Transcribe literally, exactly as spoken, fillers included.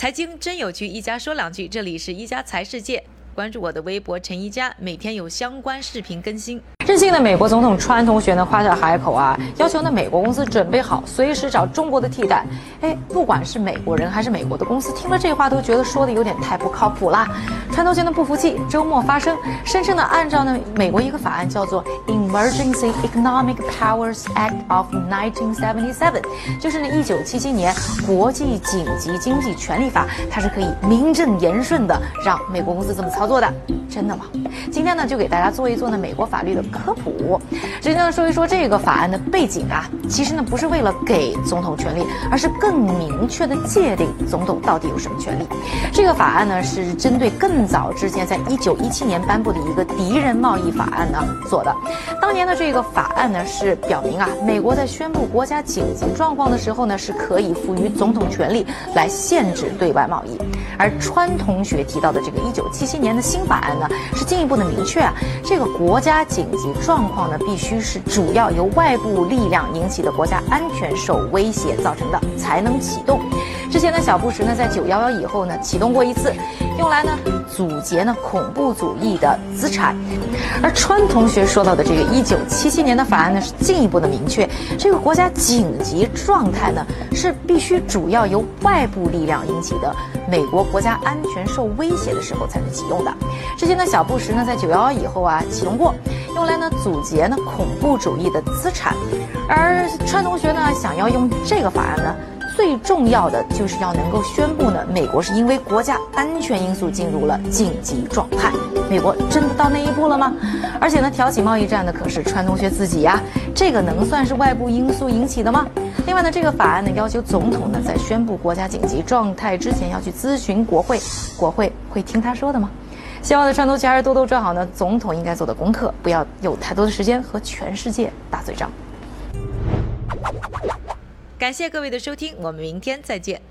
财经真有趣，一家说两句，这里是一家财世界。关注我的微博陈一家，每天有相关视频更新。 任性的美国总统川同学呢夸下海口啊，要求呢美国公司准备好，随时找中国的替代。哎，不管是美国人还是美国的公司，听了这话都觉得说的有点太不靠谱啦。川同学呢不服气，周末发声，声称呢按照呢美国一个法案叫做 Emergency Economic Powers Act of nineteen seventy-seven， 就是呢一九七七年国际紧急经济权利法，它是可以名正言顺的让美国公司这么操作的。真的吗？今天呢就给大家做一做呢美国法律的科普。首先呢说一说这个法案的背景啊，其实呢不是为了给总统权力，而是更明确的界定总统到底有什么权利。这个法案呢是针对更早之前在一九一七年颁布的一个敌人贸易法案呢做的。当年的这个法案呢是表明啊，美国在宣布国家紧急状况的时候呢是可以赋予总统权力来限制对外贸易。而川同学提到的这个一九七七年的新法案呢是进一步的明确啊，这个国家紧急状况呢必须是主要由外部力量引起的国家安全受威胁造成的才能启动。之前呢小布什呢在九一一以后呢启动过一次，用来呢阻截呢恐怖主义的资产。而川同学说到的这个一九七七年的法案呢是进一步的明确，这个国家紧急状态呢是必须主要由外部力量引起的美国国家安全受威胁的时候才能启用的。之前呢小布什呢在九一一以后啊启动过，用来呢阻截呢恐怖主义的资产。而川同学呢想要用这个法案呢，最重要的就是要能够宣布呢美国是因为国家安全因素进入了紧急状态。美国真的到那一步了吗？而且呢挑起贸易战的可是川同学自己呀，这个能算是外部因素引起的吗？另外呢这个法案呢要求总统呢在宣布国家紧急状态之前要去咨询国会，国会会听他说的吗？希望的川同学还是多多赚好呢总统应该做的功课，不要有太多的时间和全世界打嘴仗。 感谢各位的收听，我们明天再见。